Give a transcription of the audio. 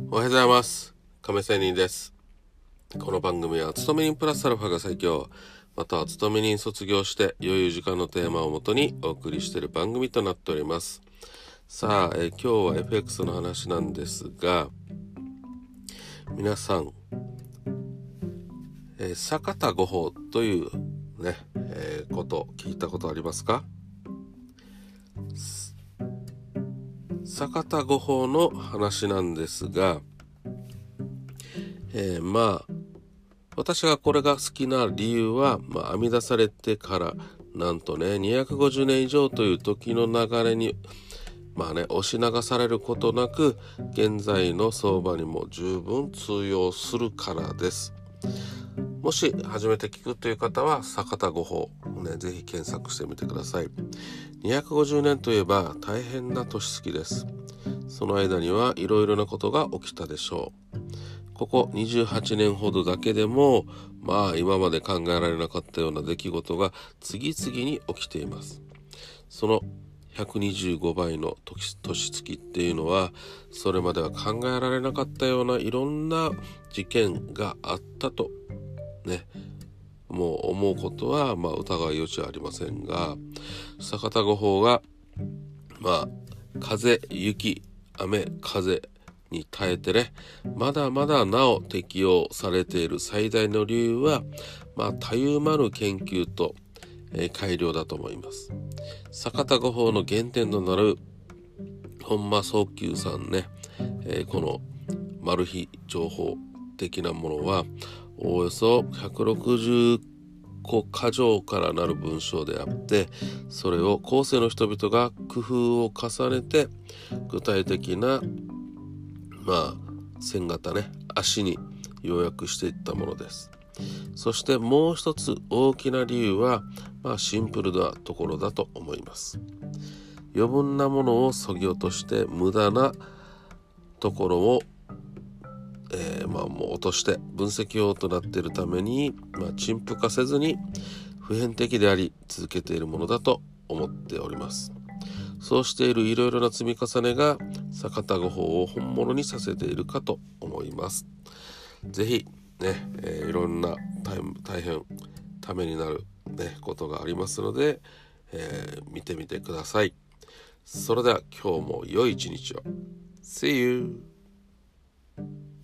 おはようございます。亀仙人です。この番組は勤め人プラスアルファが最強、または勤め人卒業して余裕時間のテーマをもとにお送りしている番組となっております。さあ、今日は FX の話なんですが、皆さん、坂田五法というね、こと聞いたことありますか？坂田五法の話なんですが、私がこれが好きな理由は、編み出されてからなんとね250年以上という時の流れに押し流されることなく現在の相場にも十分通用するからです。もし初めて聞くという方は坂田五法ね、ぜひ検索してみてください。250年といえば大変な年月です。その間にはいろいろなことが起きたでしょう。ここ28年ほどだけでも今まで考えられなかったような出来事が次々に起きています。その125倍の年月っていうのはそれまでは考えられなかったようないろんな事件があったとね、もう思うことは疑う余地はありませんが、坂田五法が風雪雨風に耐えてね、まだまだなお適用されている最大の理由は、たゆまぬ研究と、改良だと思います。坂田五法の原点となる本間宗久さんね、このマル秘情報的なものはおよそ160個箇条からなる文章であって、それを後世の人々が工夫を重ねて具体的な線形ね足に要約していったものです。そしてもう一つ大きな理由は、シンプルなところだと思います。余分なものを削ぎ落として無駄なところを、もう落として分析用となっているために、陳腐化せずに普遍的であり続けているものだと思っております。そうしているいろいろな積み重ねが坂田五法を本物にさせているかと思います。ぜひね、いろんな大変ためになる、ことがありますので、見てみてください。それでは今日も良い一日を。See you!